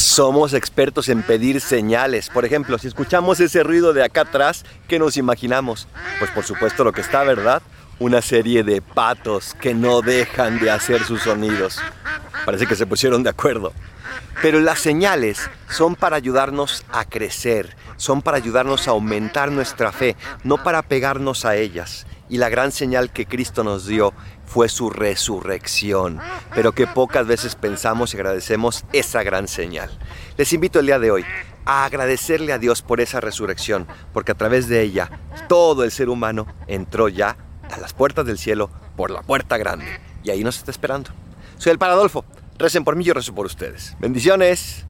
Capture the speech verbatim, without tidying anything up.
Somos expertos en pedir señales. Por ejemplo, si escuchamos ese ruido de acá atrás, ¿qué nos imaginamos? Pues por supuesto lo que está, ¿verdad? Una serie de patos que no dejan de hacer sus sonidos. Parece que se pusieron de acuerdo. Pero las señales son para ayudarnos a crecer, son para ayudarnos a aumentar nuestra fe, no para pegarnos a ellas. Y la gran señal que Cristo nos dio fue su resurrección, pero que pocas veces pensamos y agradecemos esa gran señal. Les invito el día de hoy a agradecerle a Dios por esa resurrección, porque a través de ella todo el ser humano entró ya a las puertas del cielo por la puerta grande, y ahí nos está esperando. Soy el Padre Adolfo. Recen por mí, yo rezo por ustedes. Bendiciones.